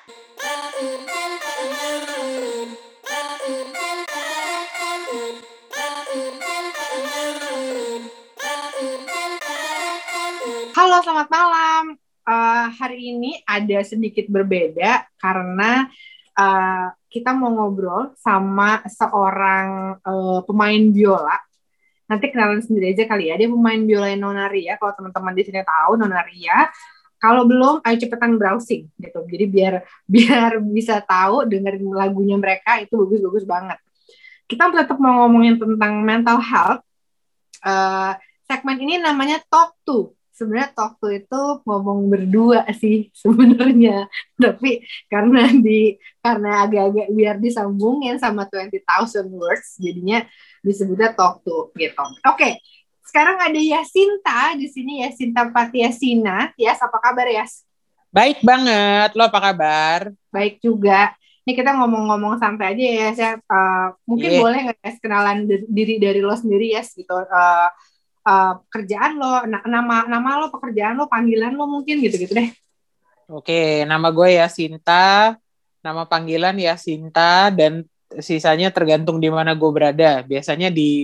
Halo, selamat malam. Hari ini ada sedikit berbeda karena kita mau ngobrol sama seorang pemain biola. Nanti kenalan sendiri aja kali ya. Dia pemain biola Nonaria. Kalau teman-teman di sini tahu Nonaria. Kalau belum, ayo cepetan browsing gitu. Jadi biar biar bisa tahu dengerin lagunya mereka itu bagus-bagus banget. Kita tetap mau ngomongin tentang mental health. Uh, Segmen ini namanya Talk To. Sebenarnya Talk To itu ngomong berdua sih sebenarnya, tapi karena agak-agak biar disambungin sama 20,000 words, jadinya disebutnya Talk To gitu. Oke, sekarang ada Yasinta di sini, Yasinta Patiasina. Yas, apa kabar Yas? Baik banget, lo apa kabar? Baik juga. Ini kita ngomong-ngomong sampai aja ya, saya mungkin boleh nggak ya kenalan diri dari lo sendiri ya, gitu. Kerjaan lo, nama lo, pekerjaan lo, panggilan lo mungkin gitu-gitu deh. Oke, nama gue Yasinta, nama panggilan Yasinta, dan sisanya tergantung di mana gue berada. Biasanya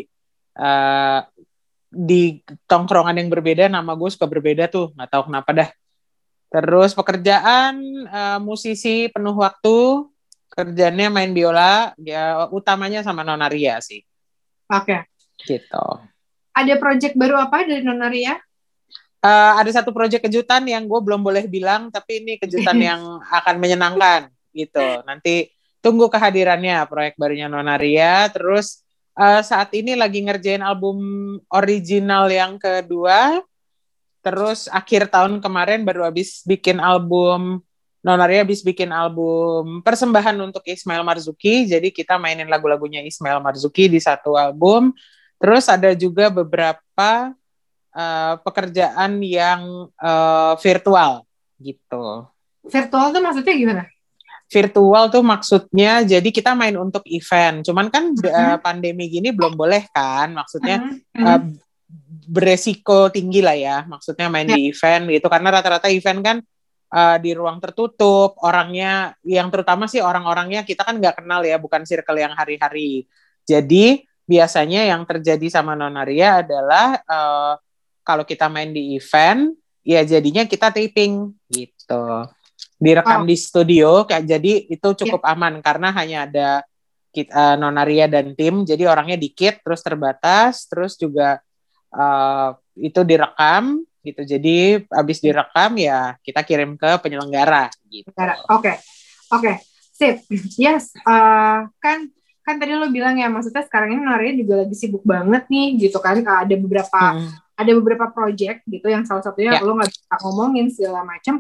di tongkrongan yang berbeda, nama gue suka berbeda tuh, nggak tahu kenapa dah. Terus pekerjaan musisi penuh waktu, kerjaannya main biola, ya utamanya sama Nonaria sih. Oke. Gitu. Ada project baru apa dari Nonaria? Ada satu proyek kejutan yang gue belum boleh bilang, tapi ini kejutan yang akan menyenangkan gitu. Nanti tunggu kehadirannya proyek barunya Nonaria. Terus saat ini lagi ngerjain album original yang kedua. Terus akhir tahun kemarin baru habis bikin album, Nonaria habis bikin album persembahan untuk Ismail Marzuki. Jadi kita mainin lagu-lagunya Ismail Marzuki di satu album. Terus ada juga beberapa pekerjaan yang virtual gitu. Virtual tuh maksudnya gimana? Virtual tuh maksudnya jadi kita main untuk event. Cuman kan pandemi gini belum boleh kan, maksudnya beresiko tinggi lah ya. Maksudnya main di event gitu karena rata-rata event kan di ruang tertutup, orangnya yang terutama sih orang-orangnya kita kan nggak kenal ya, bukan circle yang hari-hari. Jadi biasanya yang terjadi sama Nonaria adalah kalau kita main di event, ya jadinya kita taping gitu. Direkam di studio, jadi itu cukup aman karena hanya ada kita, Nonaria dan tim, jadi orangnya dikit, terus terbatas, terus juga itu direkam gitu. Jadi habis direkam ya kita kirim ke penyelenggara gitu. Oke. Sip. Yes, kan tadi lo bilang ya, maksudnya sekarang ini Nonaria juga lagi sibuk banget nih gitu kan. Ada beberapa project gitu yang salah satunya lo nggak bisa ngomongin segala macam.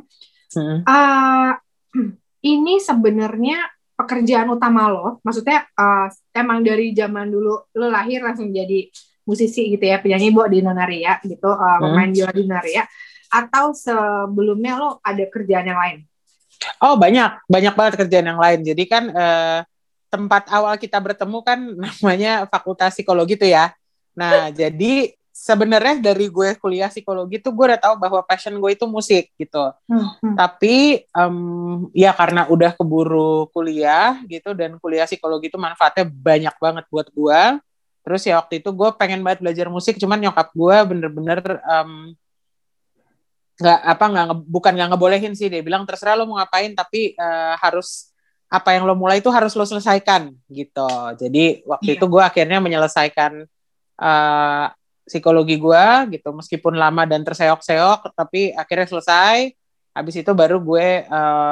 Ini sebenarnya pekerjaan utama lo, maksudnya emang dari zaman dulu lo lahir langsung jadi musisi gitu ya, penyanyi di Nonaria gitu, pemain biola di Nonaria, atau sebelumnya lo ada kerjaan yang lain? Oh, banyak banget kerjaan yang lain. Jadi kan tempat awal kita bertemu kan namanya Fakultas Psikologi tuh ya. Nah, jadi sebenarnya dari gue kuliah psikologi tuh gue udah tahu bahwa passion gue itu musik gitu. Tapi ya karena udah keburu kuliah gitu, dan kuliah psikologi itu manfaatnya banyak banget buat gue. Terus ya waktu itu gue pengen banget belajar musik, cuman nyokap gue bener-bener bukan nggak ngebolehin sih. Dia bilang terserah lo mau ngapain, tapi harus apa yang lo mulai itu harus lo selesaikan gitu. Jadi waktu itu gue akhirnya menyelesaikan psikologi gue gitu, meskipun lama dan terseok-seok, tapi akhirnya selesai. Habis itu baru gue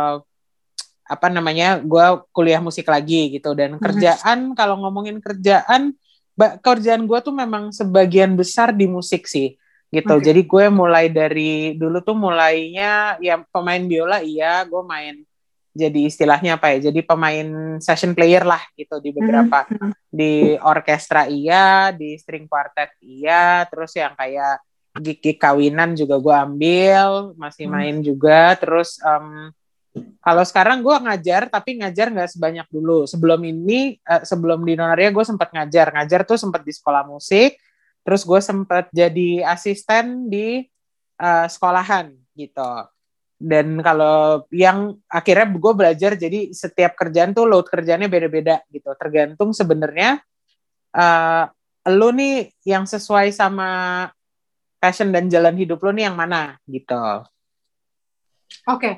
gue kuliah musik lagi gitu. Dan kerjaan, kalau ngomongin kerjaan gue tuh memang sebagian besar di musik sih gitu. Jadi gue mulai dari dulu tuh mulainya ya pemain biola, iya gue main jadi istilahnya apa ya, jadi pemain session player lah gitu di beberapa, di orkestra iya, di string quartet iya, terus yang kayak gig kawinan juga gue ambil, masih main juga. Terus kalau sekarang gue ngajar, tapi ngajar nggak sebanyak dulu. Sebelum di Nonaria gue sempat ngajar tuh sempat di sekolah musik, terus gue sempat jadi asisten di sekolahan gitu. Dan kalau yang akhirnya gue belajar, jadi setiap kerjaan tuh load kerjaannya beda-beda gitu. Tergantung sebenarnya lo nih yang sesuai sama passion dan jalan hidup lo nih yang mana gitu. Oke.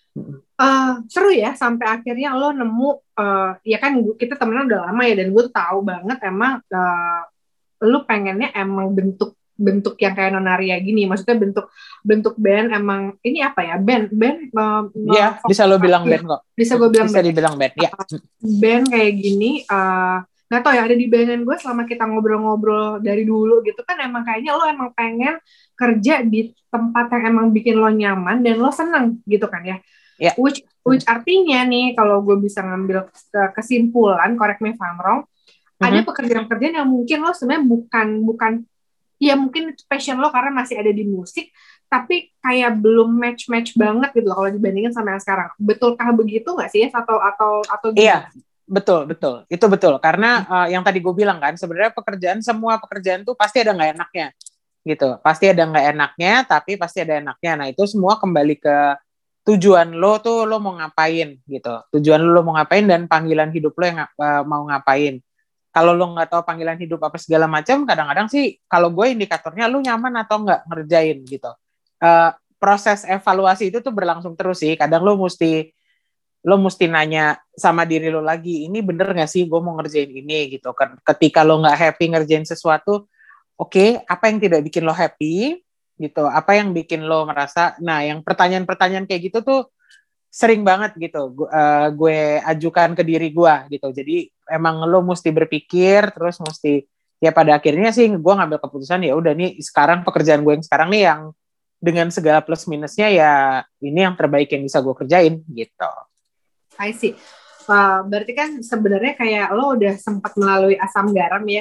Seru ya sampai akhirnya lo nemu ya kan kita temenan udah lama ya, dan gue tahu banget emang lo pengennya emang bentuk yang kayak Nonaria gini, maksudnya bentuk band emang ini apa ya, band Iya, bisa lo bilang band kok. Bisa gue bilang bisa band. Dibilang band ya. Band kayak gini nggak tau ya, ada di bayangan gue selama kita ngobrol-ngobrol dari dulu gitu kan, emang kayaknya lo emang pengen kerja di tempat yang emang bikin lo nyaman dan lo seneng gitu kan ya. Yeah. Which artinya nih, kalau gue bisa ngambil kesimpulan, correct me if I'm wrong, ada pekerjaan-pekerjaan yang mungkin lo sebenarnya bukan ya mungkin passion lo karena masih ada di musik, tapi kayak belum match banget gitu loh kalau dibandingin sama yang sekarang. Betulkah begitu nggak sih, atau gimana? Iya, betul. Itu betul. Karena yang tadi gue bilang kan, sebenarnya semua pekerjaan tuh pasti ada nggak enaknya gitu. Pasti ada nggak enaknya, tapi pasti ada enaknya. Nah, itu semua kembali ke tujuan lo tuh, lo mau ngapain gitu. Tujuan lo mau ngapain dan panggilan hidup lo yang mau ngapain. Kalau lo nggak tahu panggilan hidup apa segala macam, kadang-kadang sih kalau gue indikatornya lo nyaman atau nggak ngerjain gitu. Proses evaluasi itu tuh berlangsung terus sih. Kadang lo mesti nanya sama diri lo lagi, ini bener nggak sih gue mau ngerjain ini gitu. Ketika lo nggak happy ngerjain sesuatu, oke, apa yang tidak bikin lo happy gitu, apa yang bikin lo merasa, nah yang pertanyaan-pertanyaan kayak gitu tuh sering banget gitu gue ajukan ke diri gue gitu. Jadi emang lo mesti berpikir, terus mesti, ya pada akhirnya sih gue ngambil keputusan, ya udah nih sekarang pekerjaan gue yang sekarang nih yang dengan segala plus minusnya, ya ini yang terbaik yang bisa gue kerjain gitu. I see. Berarti kan sebenarnya kayak lo udah sempat melalui asam garam ya.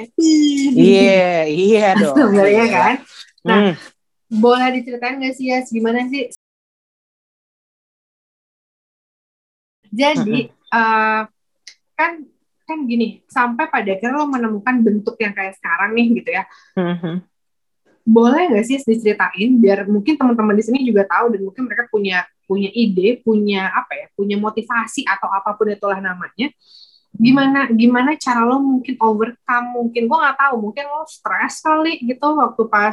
Iya dong. Sebenarnya kan. Nah, boleh diceritain nggak sih ya gimana sih? Jadi kan gini, sampai pada akhirnya lo menemukan bentuk yang kayak sekarang nih gitu ya. Boleh nggak sih diceritain biar mungkin teman-teman di sini juga tahu, dan mungkin mereka punya ide, punya motivasi atau apapun itulah namanya. Gimana cara lo mungkin overcome, mungkin gue nggak tahu, mungkin lo stres kali gitu waktu pas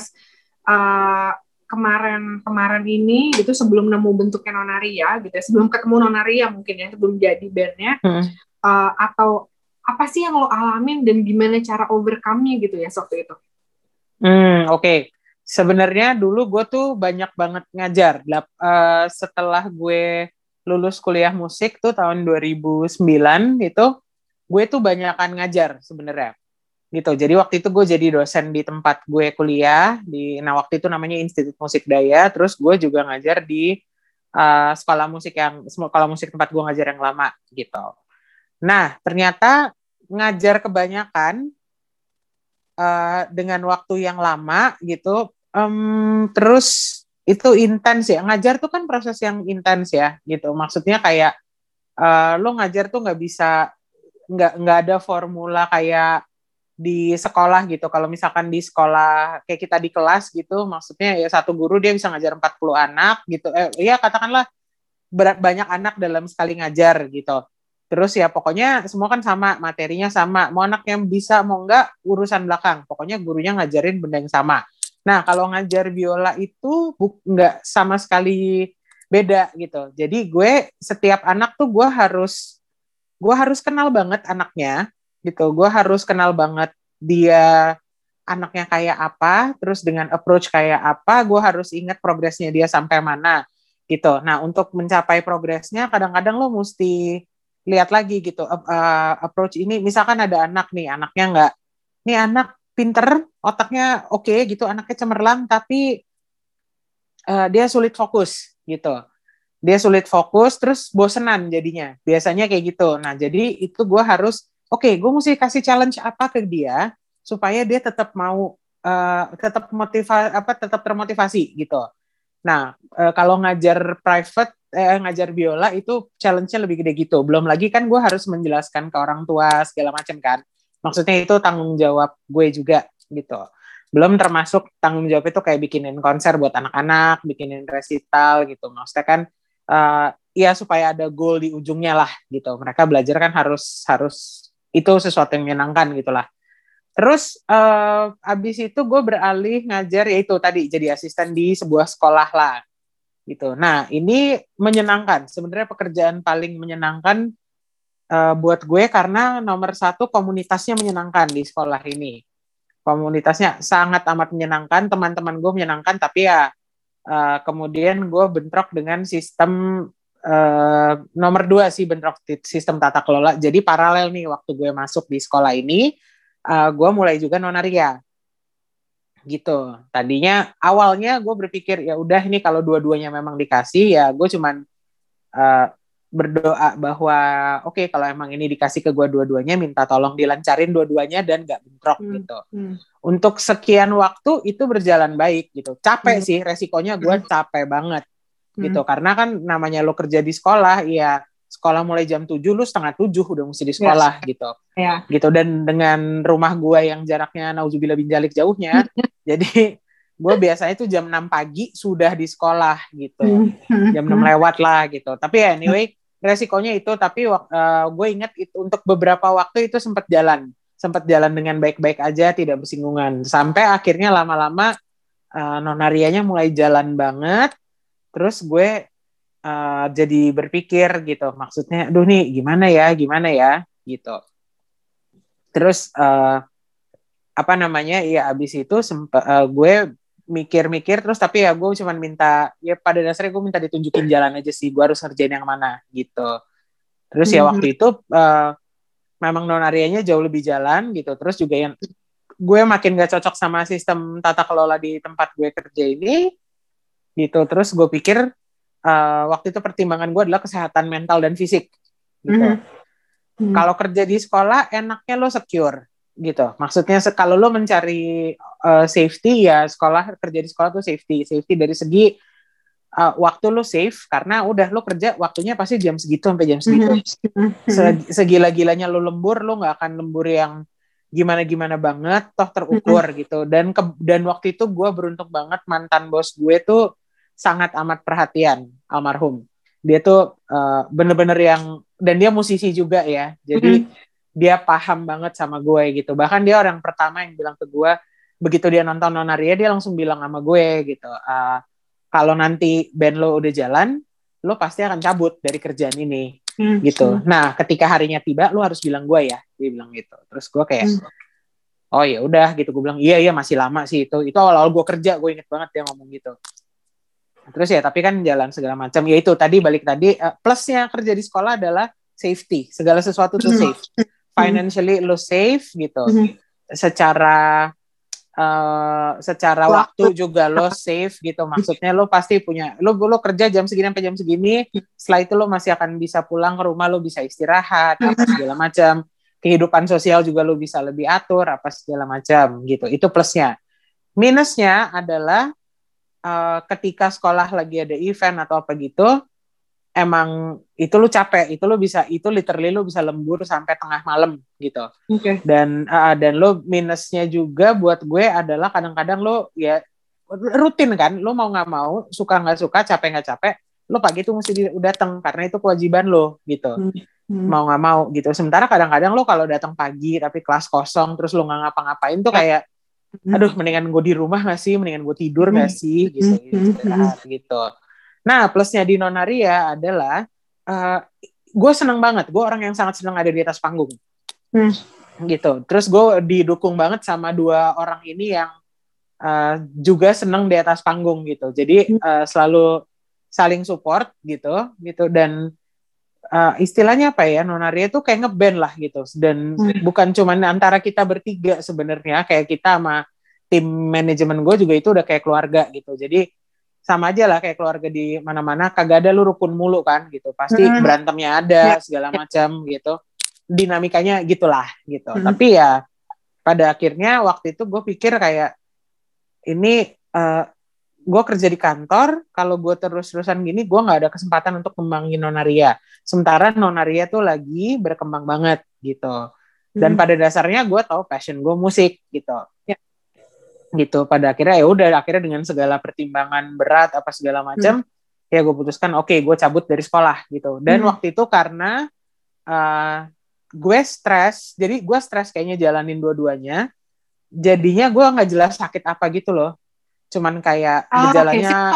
kemarin ini gitu, sebelum nemu bentuknya Nonaria gitu ya, sebelum ketemu Nonaria mungkin ya, sebelum jadi bandnya, atau apa sih yang lo alamin dan gimana cara overcome-nya gitu ya waktu itu. Oke. Sebenarnya dulu gue tuh banyak banget ngajar. Setelah gue lulus kuliah musik tuh tahun 2009 itu, gue tuh banyakan ngajar sebenarnya. Gitu. Jadi waktu itu gue jadi dosen di tempat gue kuliah waktu itu namanya Institut Musik Daya. Terus gue juga ngajar di sekolah musik tempat gue ngajar yang lama gitu. Nah, ternyata ngajar kebanyakan dengan waktu yang lama gitu, terus itu intens ya. Ngajar tuh kan proses yang intens ya gitu. Maksudnya kayak lo ngajar tuh nggak ada formula kayak di sekolah gitu. Kalau misalkan di sekolah kayak kita di kelas gitu, maksudnya ya satu guru dia bisa ngajar 40 anak gitu. Ya katakanlah banyak anak dalam sekali ngajar gitu. Terus ya pokoknya semua kan sama, materinya sama. Mau anak yang bisa, mau enggak, urusan belakang. Pokoknya gurunya ngajarin benda yang sama. Nah, kalau ngajar biola itu enggak sama sekali beda gitu. Jadi setiap anak tuh gue harus kenal banget anaknya gitu. Gue harus kenal banget dia anaknya kayak apa, terus dengan approach kayak apa, gue harus ingat progresnya dia sampai mana gitu. Nah, untuk mencapai progresnya kadang-kadang lo mesti lihat lagi gitu, approach ini, misalkan ada anaknya anak pinter, otaknya oke gitu, anaknya cemerlang, tapi dia sulit fokus gitu. Dia sulit fokus, terus bosenan jadinya. Biasanya kayak gitu. Nah, jadi itu gue harus, gue mesti kasih challenge apa ke dia, supaya dia tetap mau, tetap termotivasi gitu. Nah, kalau ngajar private, ngajar biola itu challenge-nya lebih gede gitu. Belum lagi kan gue harus menjelaskan ke orang tua segala macam kan. Maksudnya itu tanggung jawab gue juga gitu. Belum termasuk tanggung jawab itu kayak bikinin konser buat anak-anak, bikinin resital gitu. Maksudnya kan ya supaya ada goal di ujungnya lah gitu. Mereka belajar kan harus itu sesuatu yang menyenangkan gitulah. Terus abis itu gue beralih ngajar, yaitu tadi jadi asisten di sebuah sekolah lah gitu. Nah ini menyenangkan, sebenarnya pekerjaan paling menyenangkan buat gue karena nomor satu komunitasnya menyenangkan di sekolah ini. Komunitasnya sangat amat menyenangkan, teman-teman gue menyenangkan, tapi ya kemudian gue bentrok dengan sistem nomor dua sih, bentrok sistem tata kelola. Jadi paralel nih waktu gue masuk di sekolah ini, gue mulai juga nonaria gitu. Tadinya awalnya gue berpikir ya udah ini kalau dua-duanya memang dikasih ya gue cuman uh, berdoa bahwa oke, kalau emang ini dikasih ke gue dua-duanya, minta tolong dilancarin dua-duanya dan gak bentrok gitu. Untuk sekian waktu itu berjalan baik gitu. Capek sih, resikonya gue capek banget gitu. Karena kan namanya lo kerja di sekolah, ya sekolah mulai jam 7, lu setengah 7 udah mesti di sekolah gitu. Gitu. Dan dengan rumah gue yang jaraknya nauzubillah bin dzalik jauhnya, jadi gue biasanya tuh jam 6 pagi sudah di sekolah gitu. Jam 6 lewat lah gitu. Tapi anyway, resikonya itu, tapi gue ingat itu untuk beberapa waktu itu sempat jalan dengan baik-baik aja, tidak bersinggungan, sampai akhirnya lama-lama nonarianya mulai jalan banget. Terus gue jadi berpikir gitu, maksudnya aduh nih gimana ya gitu. Terus apa namanya ya, abis itu gue mikir-mikir terus, tapi ya gue cuma minta, ya pada dasarnya gue minta ditunjukin jalan aja sih, gue harus ngerjain yang mana gitu. Terus ya waktu itu memang nonarianya jauh lebih jalan gitu. Terus juga yang gue makin gak cocok sama sistem tata kelola di tempat gue kerja ini gitu. Terus gue pikir waktu itu pertimbangan gue adalah kesehatan mental dan fisik gitu. Kalau kerja di sekolah enaknya lo secure gitu. Maksudnya kalau lo mencari safety, ya kerja di sekolah tuh safety dari segi waktu lo safe, karena udah lo kerja waktunya pasti jam segitu sampai jam segitu. Segila-gilanya lo lembur, lo nggak akan lembur yang gimana-gimana banget, toh terukur gitu. Dan waktu itu gue beruntung banget, mantan bos gue tuh sangat amat perhatian, almarhum. Dia tuh bener-bener yang, dan dia musisi juga ya, jadi dia paham banget sama gue gitu. Bahkan dia orang pertama yang bilang ke gue, begitu dia nonton nonaria, dia langsung bilang sama gue gitu, kalau nanti band lo udah jalan, lo pasti akan cabut dari kerjaan ini gitu. Nah ketika harinya tiba, lo harus bilang gue ya, dia bilang gitu. Terus gue kayak oh ya udah gitu, gue bilang iya masih lama sih itu awal-awal gue kerja, gue inget banget dia ngomong gitu. Terus ya tapi kan jalan segala macam, ya itu tadi balik tadi, plusnya kerja di sekolah adalah safety, segala sesuatu tuh safe, financially lo safe gitu, secara waktu juga lo safe gitu. Maksudnya lo pasti punya, lo kerja jam segini sampai jam segini, setelah itu lo masih akan bisa pulang ke rumah, lo bisa istirahat apa segala macam, kehidupan sosial juga lo bisa lebih atur apa segala macam gitu. Itu plusnya. Minusnya adalah ketika sekolah lagi ada event atau apa gitu, emang itu lu capek, itu literally lu bisa lembur sampai tengah malam gitu. Dan lu minusnya juga buat gue adalah kadang-kadang lu ya rutin kan, lu mau nggak mau, suka nggak suka, capek nggak capek, lu pagi tuh mesti datang karena itu kewajiban lo gitu. Mau nggak mau gitu. Sementara kadang-kadang lu kalau datang pagi tapi kelas kosong terus lu nggak ngapa-ngapain tuh kayak aduh, mendingan gue di rumah nggak sih, mendingan gue tidur nggak sih gitu, gitu. Nah plusnya di nonaria adalah gue seneng banget, gue orang yang sangat seneng ada di atas panggung gitu. Terus gue didukung banget sama dua orang ini yang juga seneng di atas panggung gitu. Jadi selalu saling support gitu. Dan istilahnya apa ya, nonaria tuh kayak ngeband lah gitu. Dan bukan cuma antara kita bertiga sebenarnya, kayak kita sama tim manajemen gue juga itu udah kayak keluarga gitu. Jadi sama aja lah kayak keluarga di mana-mana, kagak ada lu rukun mulu kan gitu. Pasti berantemnya ada segala macam gitu. Dinamikanya gitulah gitu. Tapi ya pada akhirnya waktu itu gue pikir kayak ini gue kerja di kantor, kalau gue terus-terusan gini, gue nggak ada kesempatan untuk kembangin nonaria. Sementara nonaria tuh lagi berkembang banget gitu. Dan pada dasarnya gue tahu passion gue musik gitu. gitu. Pada akhirnya ya udah, akhirnya dengan segala pertimbangan berat apa segala macam, ya gue putuskan oke, gue cabut dari sekolah gitu. Dan waktu itu karena gue stres, jadi gue stres kayaknya jalanin dua-duanya, jadinya gue nggak jelas sakit apa gitu loh, cuman kayak gejalanya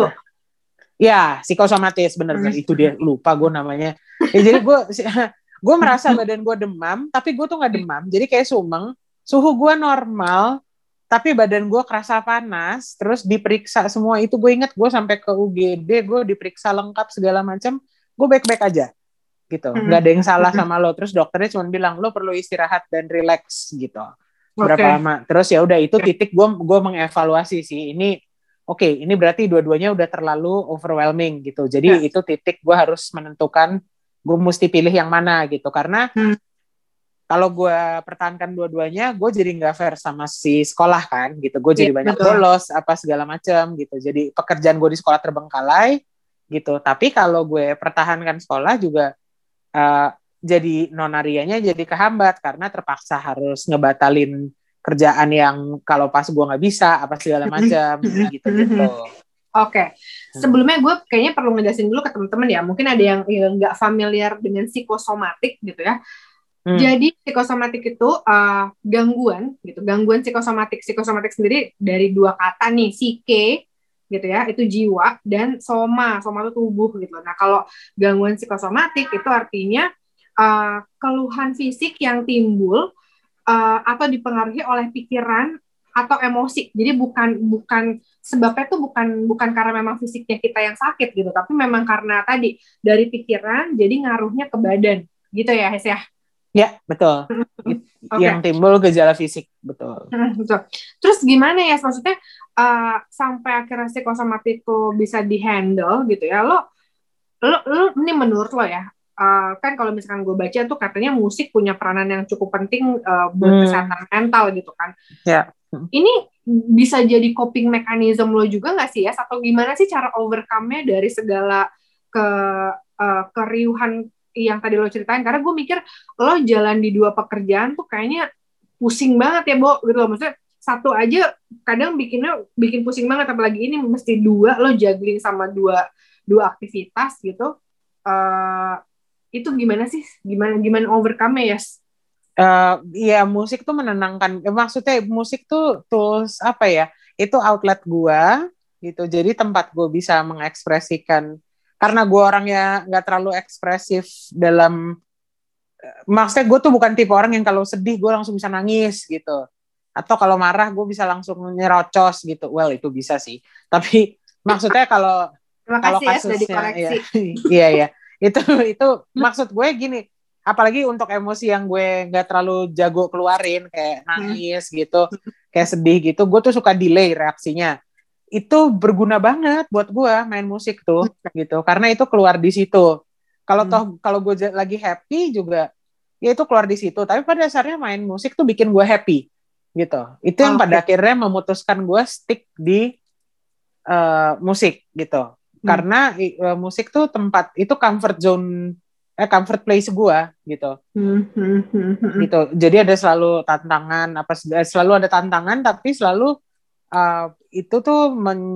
ya psikosomatis, bener-bener itu dia, lupa gue namanya ya. Jadi gue merasa badan gue demam, tapi gue tuh nggak demam, jadi kayak sumeng, suhu gue normal tapi badan gue kerasa panas. Terus diperiksa semua itu, gue inget gue sampai ke UGD, gue diperiksa lengkap segala macam, gue baik-baik aja gitu, nggak ada yang salah sama lo. Terus dokternya cuma bilang lo perlu istirahat dan relax gitu berapa lama. Terus ya udah, itu titik gue mengevaluasi sih, ini oke, ini berarti dua-duanya udah terlalu overwhelming gitu. Jadi itu titik gue harus menentukan gue mesti pilih yang mana gitu, karena kalau gue pertahankan dua-duanya, gue jadi nggak fair sama si sekolah kan, gitu. Gue jadi banyak bolos, apa segala macam gitu. Jadi pekerjaan gue di sekolah terbengkalai, gitu. Tapi kalau gue pertahankan sekolah juga, jadi nonarianya jadi kehambat karena terpaksa harus ngebatalin kerjaan yang kalau pas gue nggak bisa, apa segala macam, gitu-gitu. Oke. Sebelumnya gue kayaknya perlu ngejelasin dulu ke teman-teman ya. Mungkin ada yang nggak familiar dengan psikosomatik gitu ya. Jadi psikosomatik itu gangguan gitu, gangguan psikosomatik. Psikosomatik sendiri dari dua kata nih, psike gitu ya, itu jiwa, dan soma itu tubuh gitu. Nah kalau gangguan psikosomatik itu artinya keluhan fisik yang timbul atau dipengaruhi oleh pikiran atau emosi. Jadi bukan sebabnya tuh bukan karena memang fisiknya kita yang sakit gitu, tapi memang karena tadi dari pikiran jadi ngaruhnya ke badan gitu ya, Hes ya. Ya, betul. Yang timbul gejala fisik, betul. Betul. Terus gimana ya, maksudnya sampai akhirnya psikosomatik itu bisa dihandle gitu ya, lo ini menurut lo ya, kan kalau misalkan gue baca tuh katanya musik punya peranan yang cukup penting buat kesehatan mental gitu kan. Ya. Ini bisa jadi coping mechanism lo juga nggak sih ya, atau gimana sih cara overcome-nya dari segala keriuhan yang tadi lo ceritain? Karena gue mikir lo jalan di dua pekerjaan tuh kayaknya pusing banget ya, Bo, gitu loh. Maksudnya satu aja kadang bikin pusing banget, apalagi ini mesti dua, lo juggling sama dua aktivitas gitu. Itu gimana sih? Gimana overcome-nya, Yes? Ya musik tuh menenangkan. Maksudnya musik tuh tools apa ya? Itu outlet gue gitu. Jadi tempat gue bisa mengekspresikan. Karena gue orangnya nggak terlalu ekspresif dalam, maksudnya gue tuh bukan tipe orang yang kalau sedih gue langsung bisa nangis gitu, atau kalau marah gue bisa langsung nyerocos gitu. Well, itu bisa sih, tapi maksudnya kalau kasusnya ya itu maksud gue gini, apalagi untuk emosi yang gue nggak terlalu jago keluarin, kayak nangis gitu, kayak sedih gitu, gue tuh suka delay reaksinya. Itu berguna banget buat gue main musik tuh gitu, karena itu keluar di situ. Kalau gue lagi happy juga, ya itu keluar di situ. Tapi pada dasarnya main musik tuh bikin gue happy gitu. Itu yang pada akhirnya memutuskan gue stick di musik gitu. Karena musik tuh tempat, itu comfort zone, comfort place gue gitu. Gitu. Jadi ada selalu tantangan, selalu ada tantangan, tapi selalu itu tuh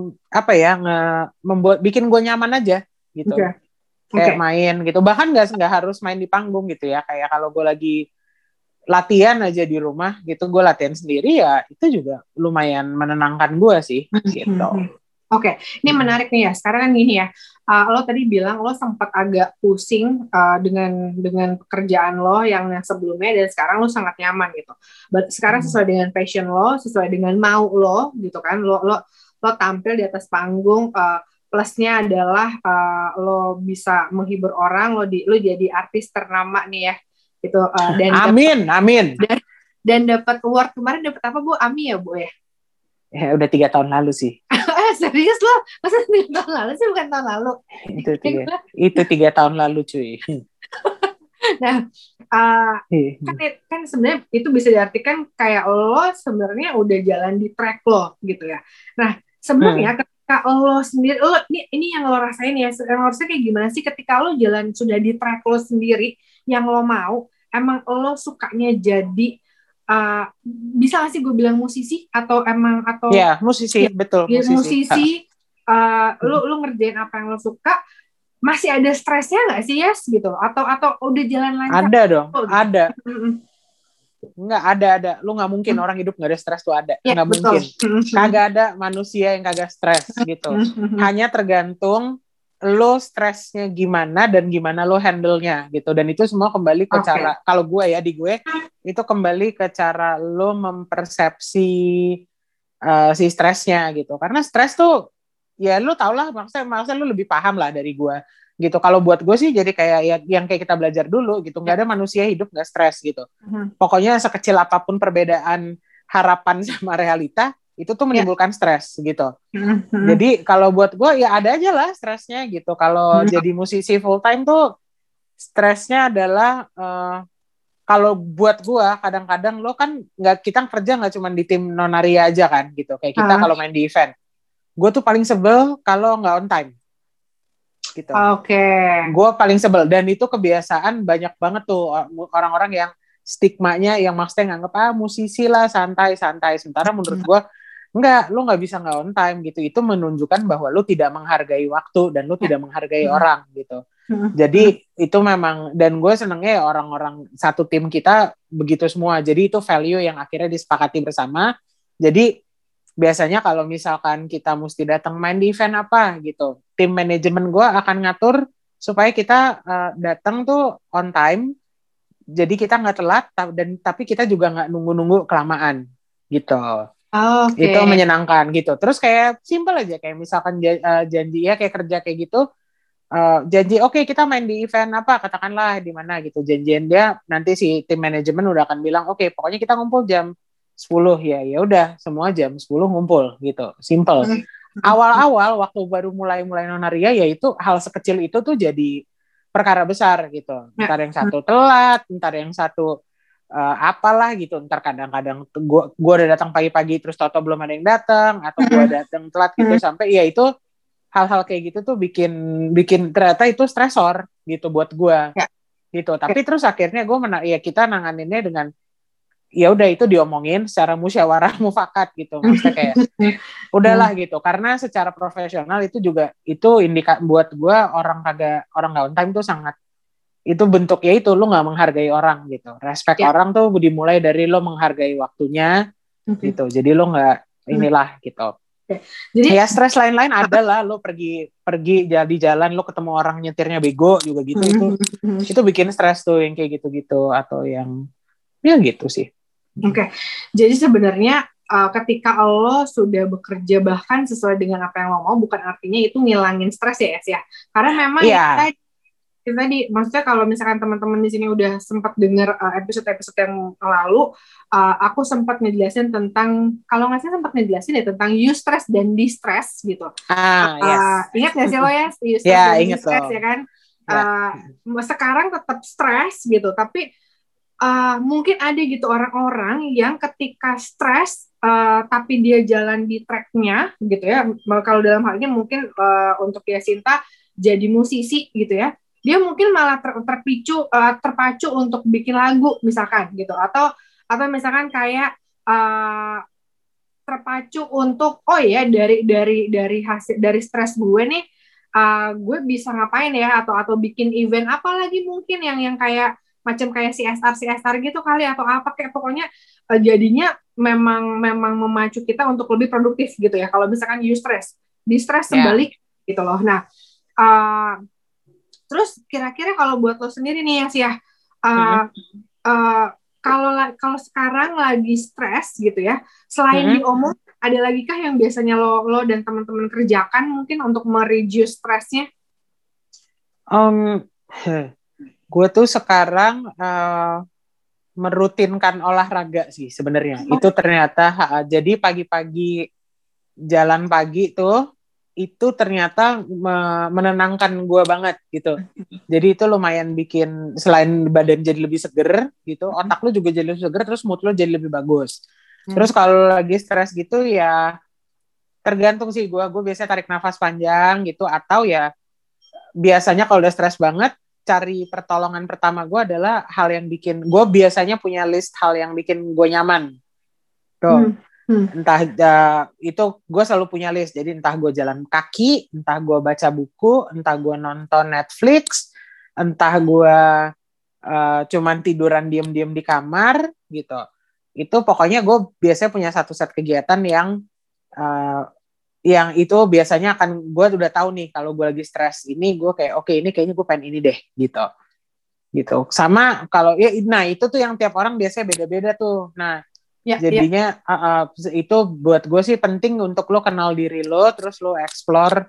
bikin gue nyaman aja gitu. Kayak main gitu, bahkan nggak harus main di panggung gitu ya. Kayak kalau gue lagi latihan aja di rumah gitu, gue latihan sendiri ya, itu juga lumayan menenangkan gue sih gitu. Oke, ini menarik nih ya. Sekarang kan gini ya, lo tadi bilang lo sempat agak pusing dengan pekerjaan lo yang sebelumnya, dan sekarang lo sangat nyaman gitu. Sekarang sesuai dengan passion lo, sesuai dengan mau lo gitu kan. Lo tampil di atas panggung. Plusnya adalah lo bisa menghibur orang. Lo jadi artis ternama nih ya. Gitu. Dan amin. Dan dapat award kemarin, dapat apa, Bu? AMI ya, Bu ya? Ya udah 3 tahun lalu sih. Serius lo? Masa 3 tahun lalu sih, bukan tahun lalu? Itu 3 tahun lalu, cuy. Nah, kan sebenarnya itu bisa diartikan kayak lo sebenarnya udah jalan di track lo gitu ya. Nah, sebenarnya ketika lo sendiri, ini yang lo rasain ya, yang lo rasain kayak gimana sih ketika lo jalan sudah di track lo sendiri yang lo mau, emang lo sukanya jadi bisa nggak sih gue bilang musisi atau emang atau Ya, musisi, ya, betul, ya, musisi. musisi lu ngerjain apa yang lu suka masih ada stresnya nggak sih Yes gitu atau udah jalan lancar Ada dong, gitu. ada. Nggak ada. Lu nggak mungkin orang hidup nggak ada stres tuh ada. Ya Nggak betul. mungkin. Kagak ada manusia yang kagak stres gitu. Hanya tergantung lo stresnya gimana dan gimana lo handle-nya gitu. Dan itu semua kembali ke cara, kalau gue ya, di gue, itu kembali ke cara lo mempersepsi si stresnya gitu. Karena stres tuh, ya lo tau lah, maksudnya lo lebih paham lah dari gue gitu. Kalau buat gue sih jadi kayak ya, yang kayak kita belajar dulu gitu. Nggak ada manusia hidup nggak stres gitu. Pokoknya sekecil apapun perbedaan harapan sama realita, itu tuh menimbulkan stres gitu. Jadi kalau buat gue ya ada aja lah stresnya gitu. Kalau jadi musisi full time tuh stresnya adalah kalau buat gue kadang-kadang lo kan nggak, kita kerja nggak cuma di tim Nonaria aja kan gitu. Kayak kita kalau main di event, gue tuh paling sebel kalau nggak on time gitu. Gue paling sebel dan itu kebiasaan banyak banget tuh orang-orang yang stigmanya yang maksudnya nganggep musisi lah santai-santai. Sementara menurut gue enggak, lo nggak bisa nggak on time gitu. Itu menunjukkan bahwa lo tidak menghargai waktu dan lo tidak menghargai orang gitu. Jadi itu memang, dan gue senengnya ya orang-orang satu tim kita begitu semua. Jadi itu value yang akhirnya disepakati bersama. Jadi biasanya kalau misalkan kita mesti datang main di event apa gitu, tim manajemen gue akan ngatur supaya kita datang tuh on time. Jadi kita nggak telat dan tapi kita juga nggak nunggu-nunggu kelamaan gitu. Itu menyenangkan gitu. Terus kayak simple aja kayak misalkan janji ya kayak kerja kayak gitu. Janji oke, kita main di event apa katakanlah di mana gitu, janjian dia nanti si tim manajemen udah akan bilang oke, pokoknya kita ngumpul jam 10 ya udah semua jam 10 ngumpul gitu, simple. Awal-awal waktu baru mulai Nonaria ya itu hal sekecil itu tuh jadi perkara besar gitu, ntar yang satu telat, ntar yang satu apalah gitu, ntar kadang-kadang gue udah datang pagi-pagi terus tau-tau belum ada yang datang, atau gue datang telat gitu, sampai ya itu hal-hal kayak gitu tuh bikin ternyata itu stresor gitu buat gue gitu. Tapi terus akhirnya gue ya kita nanganinnya dengan ya udah itu diomongin secara musyawarah mufakat gitu, maksudnya kayak udahlah gitu, karena secara profesional itu juga itu buat gue orang nggak on time tuh sangat, itu bentuknya itu lo nggak menghargai orang gitu. Respect orang tuh dimulai dari lo menghargai waktunya gitu, jadi lo nggak inilah gitu. Jadi ya stres lain-lain ada lah, lo pergi jadi jalan lo ketemu orang nyetirnya bego juga gitu, itu bikin stres tuh yang kayak gitu-gitu, atau yang ya gitu sih. Jadi sebenarnya ketika lo sudah bekerja bahkan sesuai dengan apa yang lo mau, bukan artinya itu ngilangin stres ya Es ya, karena memang tadi maksudnya kalau misalkan teman-teman di sini udah sempat dengar episode-episode yang lalu, aku sempat ngejelasin tentang, kalau nggak sih sempat ngejelasin ya tentang eustress dan distress gitu. Ingat nggak sih lo ya eustress dan distress ya kan? Sekarang tetap stres gitu, tapi mungkin ada gitu orang-orang yang ketika stres tapi dia jalan di tracknya gitu ya. Kalau dalam hal ini mungkin untuk Yasinta jadi musisi gitu ya, dia mungkin malah terpacu untuk bikin lagu misalkan gitu, atau misalkan kayak terpacu untuk dari hasil dari stres gue nih, gue bisa ngapain ya, atau bikin event apa lagi mungkin yang kayak macam kayak CSR gitu kali, atau apa kayak pokoknya jadinya memang memacu kita untuk lebih produktif gitu ya. Kalau misalkan eustress, distress sebalik gitu loh. Nah, terus kira-kira kalau buat lo sendiri nih ya, kalau sekarang lagi stres gitu ya, selain diomong, ada lagi kah yang biasanya lo dan teman-teman kerjakan mungkin untuk mereduce stresnya? Gue tuh sekarang merutinkan olahraga sih sebenarnya. Itu ternyata jadi pagi-pagi jalan pagi tuh itu ternyata menenangkan gue banget gitu. Jadi itu lumayan bikin selain badan jadi lebih seger gitu, otak lu juga jadi lebih seger, terus mood lu jadi lebih bagus. Terus kalau lagi stres gitu ya tergantung sih, gue biasanya tarik nafas panjang gitu, atau ya biasanya kalau udah stres banget cari pertolongan pertama gue adalah hal yang bikin gue biasanya punya list hal yang bikin gue nyaman tuh. Entah itu gue selalu punya list, jadi entah gue jalan kaki, entah gue baca buku, entah gue nonton Netflix, entah gue cuman tiduran diem-diem di kamar gitu. Itu pokoknya gue biasanya punya satu set kegiatan yang itu biasanya akan gue udah tahu nih kalau gue lagi stres ini gue kayak oke, ini kayaknya gue pengen ini deh gitu. Sama kalau ya, nah itu tuh yang tiap orang biasanya beda-beda tuh. Nah jadinya itu buat gue sih penting untuk lo kenal diri lo, terus lo explore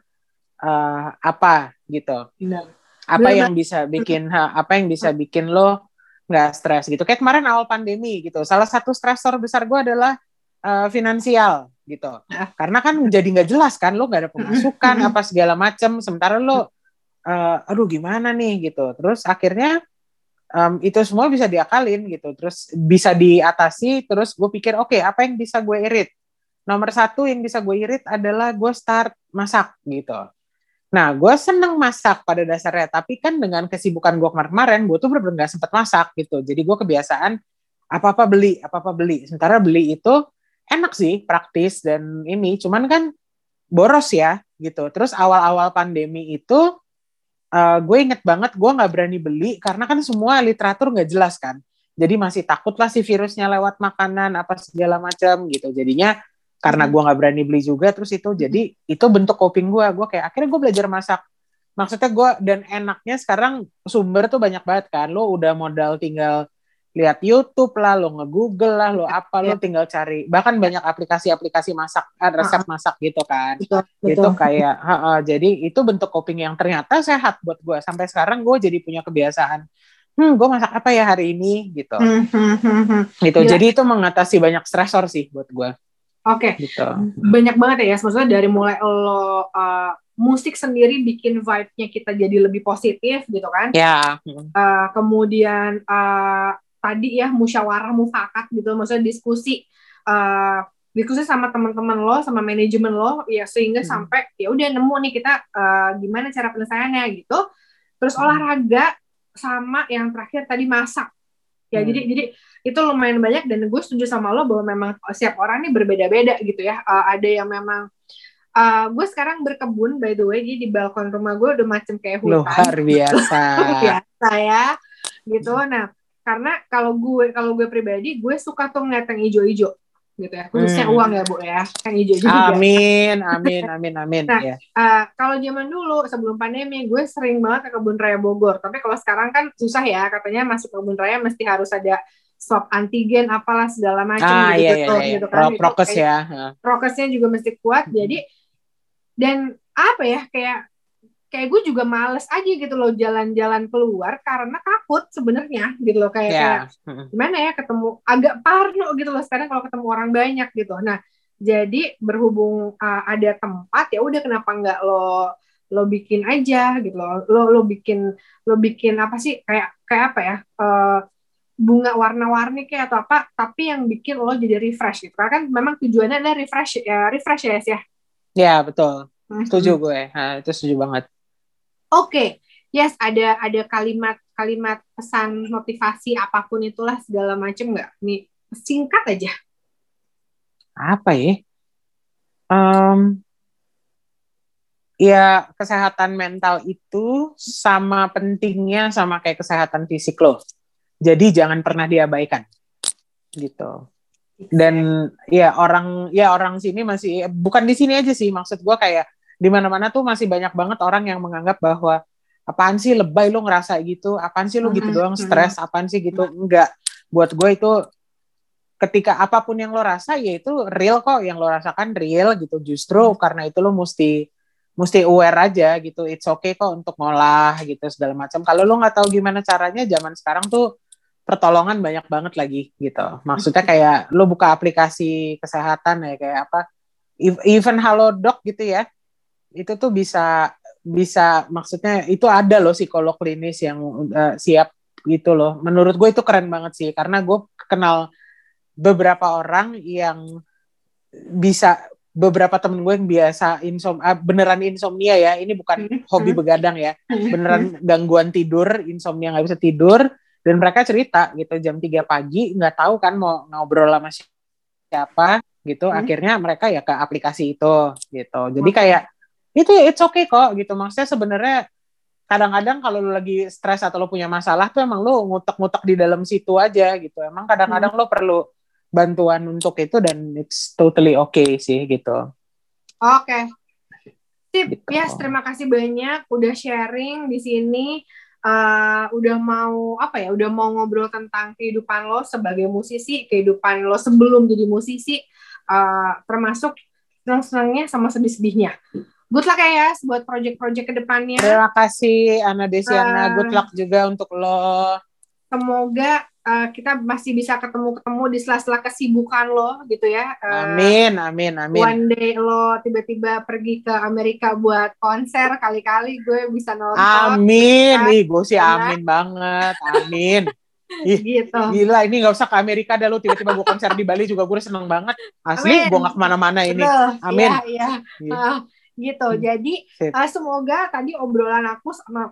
apa gitu. Apa yang bisa bikin lo nggak stres gitu. Kayak kemarin awal pandemi gitu. Salah satu stresor besar gue adalah finansial gitu. Karena kan jadi nggak jelas kan, lo nggak ada pemasukan apa segala macem. Sementara lo, aduh gimana nih gitu. Terus akhirnya itu semua bisa diakalin gitu. Terus bisa diatasi. Terus gue pikir oke, apa yang bisa gue irit? Nomor satu yang bisa gue irit adalah gue start masak gitu. Nah, gue seneng masak pada dasarnya, tapi kan dengan kesibukan gue kemarin, gue tuh bener-bener gak sempet masak gitu. Jadi gue kebiasaan apa-apa beli. Sementara beli itu enak sih, praktis dan ini, cuman kan boros ya gitu. Terus awal-awal pandemi itu, gue inget banget gue gak berani beli karena kan semua literatur gak jelas kan. Jadi masih takut lah si virusnya lewat makanan apa segala macam gitu. Jadinya karena gue nggak berani beli juga, terus itu jadi itu bentuk coping gue kayak akhirnya gue belajar masak. Maksudnya gue, dan enaknya sekarang sumber tuh banyak banget kan, lo udah modal tinggal lihat YouTube lah, lo nge-Google lah, lo apa, lo tinggal cari, bahkan banyak aplikasi-aplikasi masak, resep masak gitu kan. Betul. Itu kayak jadi itu bentuk coping yang ternyata sehat buat gue. Sampai sekarang gue jadi punya kebiasaan, gue masak apa ya hari ini gitu. Gitu. Jadi itu mengatasi banyak stresor sih buat gue. Oke, gitu. Banyak banget ya, maksudnya dari mulai lo musik sendiri bikin vibe-nya kita jadi lebih positif gitu kan. Ya. Kemudian tadi ya musyawarah mufakat gitu, maksudnya diskusi sama teman-teman lo, sama manajemen lo, ya sehingga sampai ya udah nemu nih kita gimana cara penyelesaiannya gitu. Terus olahraga sama yang terakhir tadi masak. Ya jadi itu lumayan banyak dan gue setuju sama lo bahwa memang setiap orang ini berbeda-beda gitu ya. Ada yang memang gue sekarang berkebun by the way, jadi di balkon rumah gue udah macam kayak hutan. Luar biasa. Biasa ya gitu. Nah karena kalau gue pribadi gue suka tuh ngeliat yang hijau-hijau gitu ya, khususnya uang ya Bu ya, yang hijau juga. Amin. Nah, ya. Kalau zaman dulu sebelum pandemi gue sering banget ke kebun raya Bogor, tapi kalau sekarang kan susah ya, katanya masuk kebun raya mesti harus ada swab antigen apalah segala macam gitu kan. Prokes ya. Prokesnya juga mesti kuat. Jadi dan apa ya kayak gue juga males aja gitu loh jalan-jalan keluar karena takut sebenarnya gitu loh kayak gimana ya, ketemu agak parno gitu loh sekarang kalau ketemu orang banyak gitu. Nah jadi berhubung ada tempat ya udah kenapa nggak lo bikin aja gitu loh, lo bikin apa sih kayak apa ya, bunga warna-warni kayak atau apa, tapi yang bikin lo jadi refresh gitu karena kan memang tujuannya adalah refresh ya ya. Ya betul, setuju gue, itu setuju banget. Oke, yes, ada kalimat pesan motivasi apapun itulah segala macam nggak? Nih singkat aja. Apa ya? Ya kesehatan mental itu sama pentingnya sama kayak kesehatan fisik lo. Jadi jangan pernah diabaikan, gitu. Dan ya orang sini masih, bukan di sini aja sih, maksud gue kayak di mana-mana tuh masih banyak banget orang yang menganggap bahwa apaan sih lebay lo ngerasa gitu, apaan sih lo gitu doang stres, apaan sih gitu. Enggak, buat gue itu ketika apapun yang lo rasa ya itu real kok, yang lo rasakan real gitu. Justru karena itu lo mesti aware aja gitu, it's okay kok untuk ngolah gitu segala macam. Kalau lo nggak tahu gimana caranya, zaman sekarang tuh pertolongan banyak banget lagi gitu. Maksudnya kayak lo buka aplikasi kesehatan ya kayak apa, even Halodoc gitu ya, itu tuh bisa maksudnya itu ada loh psikolog klinis yang siap gitu loh. Menurut gue itu keren banget sih, karena gue kenal beberapa orang yang bisa beberapa temen gue yang biasa beneran insomnia ya, ini bukan hobi begadang ya, beneran gangguan tidur, insomnia nggak bisa tidur, dan mereka cerita gitu jam 3 pagi nggak tahu kan mau ngobrol sama siapa gitu, akhirnya mereka ya ke aplikasi itu gitu. Jadi kayak itu it's okay kok gitu, maksudnya sebenarnya kadang-kadang kalau lu lagi stres atau lu punya masalah tuh emang lu ngutek-ngutek di dalam situ aja gitu, emang kadang-kadang lu perlu bantuan untuk itu dan it's totally okay sih gitu. Oke. Sip, Gitu. Yes, terima kasih banyak udah sharing di sini. Udah mau udah mau ngobrol tentang kehidupan lo sebagai musisi, kehidupan lo sebelum jadi musisi, termasuk senang-senangnya sama sedih-sedihnya. Good luck ya Yas buat project-project kedepannya. Terima kasih Ana Desiana, good luck juga untuk lo. Semoga kita masih bisa ketemu-ketemu di sela-sela kesibukan lo gitu ya. Amin. One day lo tiba-tiba pergi ke Amerika buat konser, kali-kali gue bisa nonton. Amin, gue sih amin banget, amin. Gitu. Gila, ini gak usah ke Amerika dah, lo tiba-tiba gue konser di Bali juga gue seneng banget. Asli, gue gak kemana-mana ini. Amin. Iya. Gitu. Jadi semoga tadi obrolan aku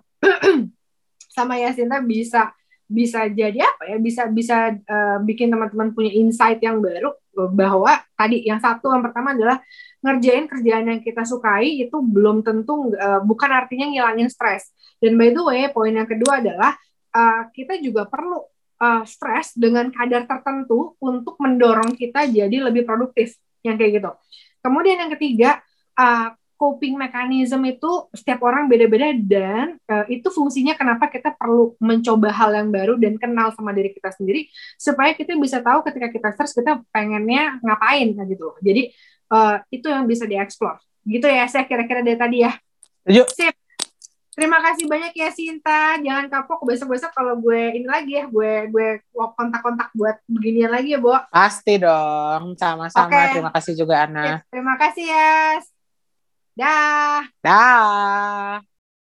sama Yasinta bisa jadi bisa bikin teman-teman punya insight yang baru, bahwa tadi yang pertama adalah ngerjain kerjaan yang kita sukai itu belum tentu bukan artinya ngilangin stres. Dan by the way, poin yang kedua adalah kita juga perlu stres dengan kadar tertentu untuk mendorong kita jadi lebih produktif, yang kayak gitu. Kemudian yang ketiga, coping mechanism itu setiap orang beda-beda, dan itu fungsinya kenapa kita perlu mencoba hal yang baru dan kenal sama diri kita sendiri supaya kita bisa tahu ketika kita stres kita pengennya ngapain gitu. Jadi itu yang bisa dieksplor. Gitu ya, saya kira-kira dari tadi ya. Yuk. Sip. Terima kasih banyak ya Sinta. Jangan kapok besok-besok kalau gue ini lagi ya, gue kontak-kontak buat beginian lagi ya, Bo. Pasti dong, sama-sama. Okay. Terima kasih juga Ana. Terima kasih ya. Dah. Dah.